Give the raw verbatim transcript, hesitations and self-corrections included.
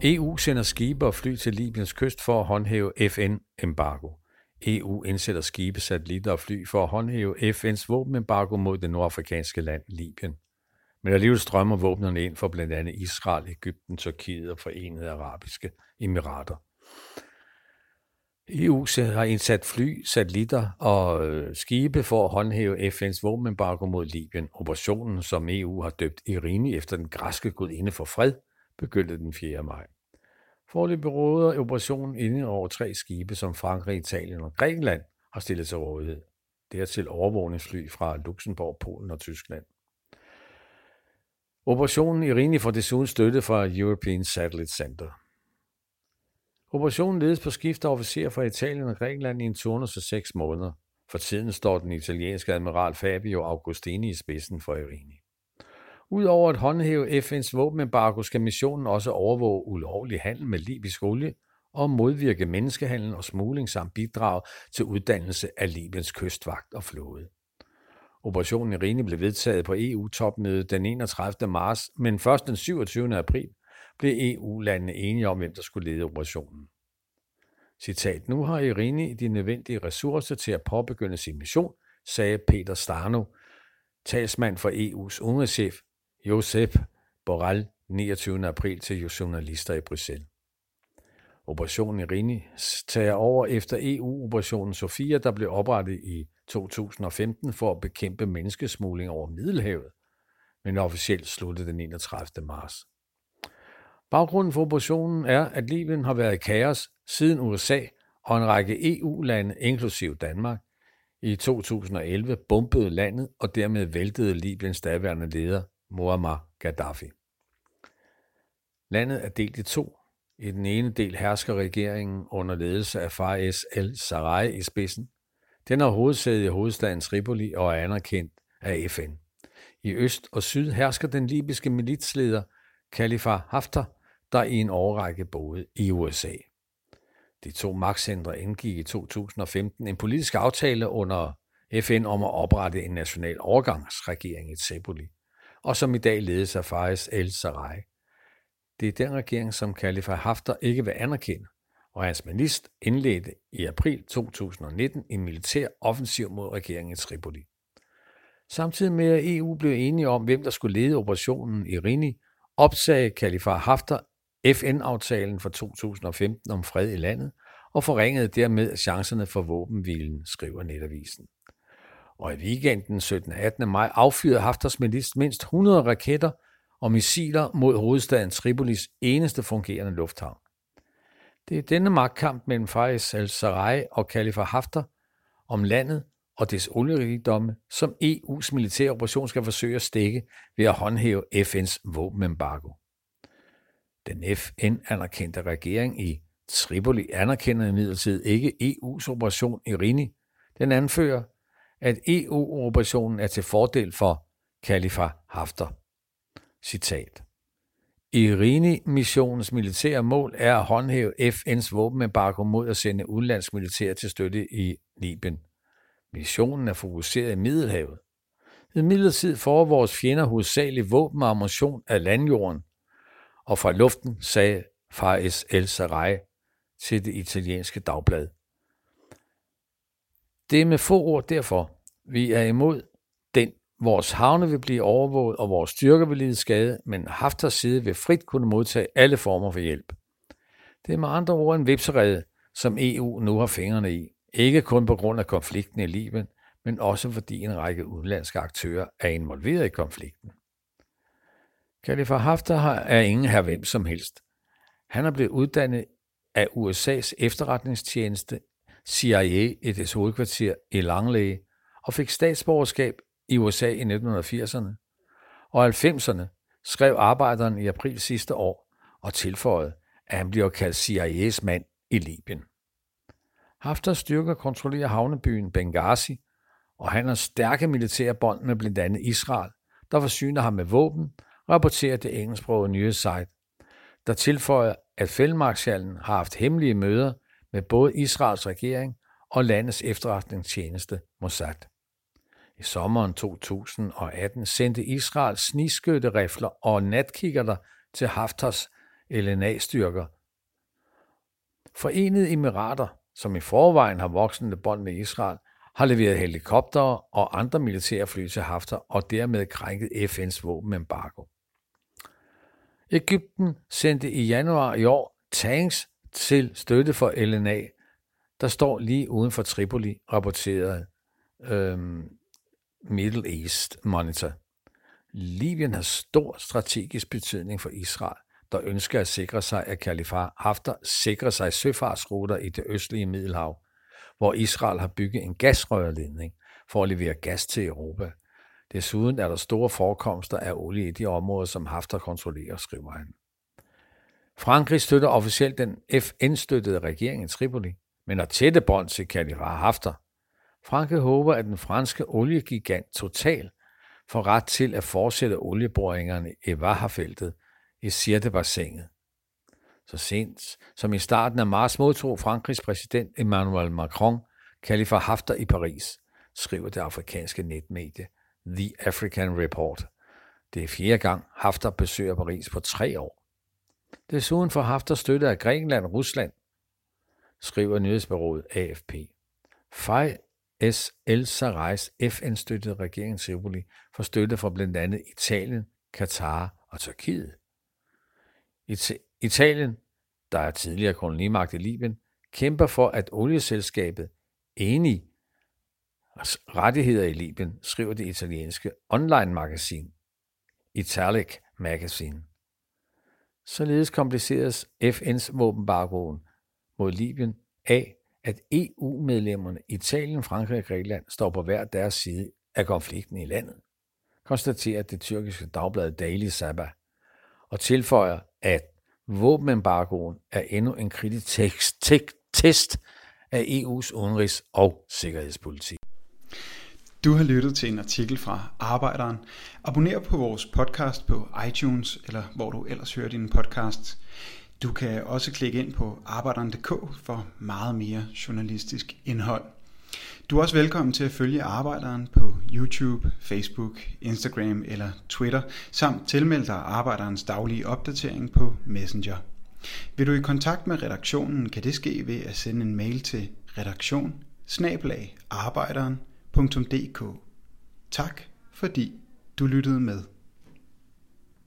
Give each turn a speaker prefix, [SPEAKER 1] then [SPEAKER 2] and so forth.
[SPEAKER 1] E U sender skibe og fly til Libyens kyst for at håndhæve F N-embargo. E U indsætter skibe, satellitter og fly for at håndhæve F N's våbenembargo mod det nordafrikanske land Libyen. Men alligevel strømmer våbnerne ind for blandt andet Israel, Egypten, Tyrkiet og Forenede Arabiske Emirater. E U har indsat fly, satellitter og øh, skibe for at håndhæve F N's våbenembargo mod Libyen. Operationen, som E U har døbt Irini efter den græske gudinde for fred, begyndte den fjerde maj. Foreløbig råder operationen inde over tre skibe, som Frankrig, Italien og Grækenland har stillet til rådighed. Dertil overvågningsfly fra Luxembourg, Polen og Tyskland. Operationen Irini får desuden støtte fra European Satellite Center. Operationen ledes på skift af officerer fra Italien og Grækenland i en turnus af seks måneder. For tiden står den italienske admiral Fabio Augustini i spidsen for Irini. Udover at håndhæve F N's våbenembargo skal missionen også overvåge ulovlig handel med libysk olie og modvirke menneskehandel og smugling samt bidrag til uddannelse af Libyens kystvagt og flåde. Operationen Irini blev vedtaget på E U-topmødet den enogtredivte marts, men først den syvogtyvende april blev E U-landene enige om, hvem der skulle lede operationen. Citat: Nu har Irini de nødvendige ressourcer til at påbegynde sin mission, sagde Peter Stano, talsmand for E U's udenrigschef Josep Borrell niogtyvende april til journalister i Bruxelles. Operationen Irini tager over efter E U-operationen Sofia, der blev oprettet i to tusind og femten for at bekæmpe menneskesmugling over Middelhavet, men officielt sluttede den enogtredivte marts. Baggrunden for operationen er, at Libyen har været i kaos siden U S A og en række E U-lande, inklusive Danmark, i to tusind og elleve bombede landet og dermed væltede Libyens daværende leder Muammar Gaddafi. Landet er delt i to. I den ene del hersker regeringen under ledelse af Fayez el-Sarraj i spidsen. Den har hovedsæde i hovedstaden Tripoli og er anerkendt af F N. I øst og syd hersker den libyske militsleder Khalifa Haftar, der i en årrække boede i U S A. De to magtcentre indgik i to tusind og femten en politisk aftale under F N om at oprette en national overgangsregering i Tripoli, og som i dag ledes af Fayez el-Sarraj. Det er den regering, som Khalifa Haftar ikke vil anerkende, og hans minister indledte i april to tusind og nitten en militær offensiv mod regeringen i Tripoli. Samtidig med at E U blev enige om, hvem der skulle lede operationen Irini, opsagde Khalifa Haftar F N-aftalen fra to tusind og femten om fred i landet og forringede dermed chancerne for våbenhvilen, skriver Netavisen. Og i weekenden syttende og attende maj affyrede Haftars milits mindst hundrede raketter og missiler mod hovedstaden Tripolis eneste fungerende lufthavn. Det er denne magtkamp mellem Fayez el-Sarraj og Khalifa Haftar om landet og dets olierigdomme, som E U's militære operation skal forsøge at stikke ved at håndhæve F N's våbenembargo. Den F N-anerkendte regering i Tripoli anerkender imidlertid ikke E U's operation Irini. Den anfører, at E U-operationen er til fordel for Khalifa Haftar. Citat: Irini-missionens militære mål er at håndhæve F N's våbenembargo mod at sende udenlandsk militær til støtte i Libyen. Missionen er fokuseret i Middelhavet. Imidlertid får vores fjender hovedsageligt våben og ammunition af landjorden, og fra luften, sagde Fayez el-Sarraj til det italienske dagblad. Det er med få ord derfor, vi er imod den. Vores havne vil blive overvåget, og vores styrker vil lide skade, men Haftars side vil frit kunne modtage alle former for hjælp. Det er med andre ord en hvepserede, som E U nu har fingrene i. Ikke kun på grund af konflikten i Libyen, men også fordi en række udenlandske aktører er involveret i konflikten. Khalifa Haftar er ingen her hvem som helst. Han er blevet uddannet af U S A's efterretningstjeneste C I A i dets hovedkvarter i Langley og fik statsborgerskab i U S A i nitten firserne. Og halvfemserne skrev Arbejderen i april sidste år og tilføjede, at han bliver kaldt C I A's mand i Libyen. Haftars styrker kontrollerer havnebyen Benghazi, og han har stærke militære bånd med blandt andet Israel, der forsyner ham med våben, rapporterer det engelsksprogede nyhedssite, der tilføjer, at feltmarskalen har haft hemmelige møder med både Israels regering og landets efterretningstjeneste Mossad. I sommeren to tusind og atten sendte Israel snigskytterifler og natkikkerter til Haftars L N A-styrker. Forenede Emirater, som i forvejen har voksende bånd med Israel, har leveret helikoptere og andre militære fly til Haftar og dermed krænket F N's våbenembargo. Egypten sendte i januar i år tanks til støtte for L N A, der står lige uden for Tripoli, rapporterede øhm, Middle East Monitor. Libyen har stor strategisk betydning for Israel, der ønsker at sikre sig, at Khalifa Haftar sikrer sig søfartsruter i det østlige Middelhav, hvor Israel har bygget en gasrørledning for at levere gas til Europa. Desuden er der store forekomster af olie i de områder, som Haftar kontrollerer, skriver han. Frankrig støtter officielt den F N-støttede regering i Tripoli, men har tætte bånd til Khalifa Haftar. Frankrig håber, at den franske oliegigant Total får ret til at fortsætte olieboringerne i Waha-feltet i Sirte-bassinet. Så sent som i starten af marts modtog Frankrigs præsident Emmanuel Macron Khalifa Haftar i Paris, skriver det afrikanske netmedie The African Report. Det er fjerde gang Haftar besøger Paris på tre år. Desuden får Haftar støtte af Grækenland og Rusland, skriver nyhedsbureauet A F P. Fayez el-Sarrajs F N-støttede regering Tripoli får støtte fra blandt andet Italien, Katar og Tyrkiet. It- Italien, der er tidligere kolonimagt i Libyen, kæmper for, at olieselskabet Eni rettigheder i Libyen, skriver det italienske online-magasin Italic Magazine. Således kompliceres F N's våbenembargoen mod Libyen af, at E U-medlemmerne Italien, Frankrig og Grækenland står på hver deres side af konflikten i landet, konstaterer det tyrkiske dagblad Daily Sabah, og tilføjer, at våbenembargoen er endnu en kritisk test af E U's udenrigs- og sikkerhedspolitik.
[SPEAKER 2] Du har lyttet til en artikel fra Arbejderen. Abonner på vores podcast på iTunes, eller hvor du ellers hører dine podcasts. Du kan også klikke ind på arbejderen punktum d k for meget mere journalistisk indhold. Du er også velkommen til at følge Arbejderen på YouTube, Facebook, Instagram eller Twitter, samt tilmelde dig Arbejderens daglige opdatering på Messenger. Vil du i kontakt med redaktionen, kan det ske ved at sende en mail til redaktion bindestreg arbejderen punktum d k. Tak fordi du lyttede med.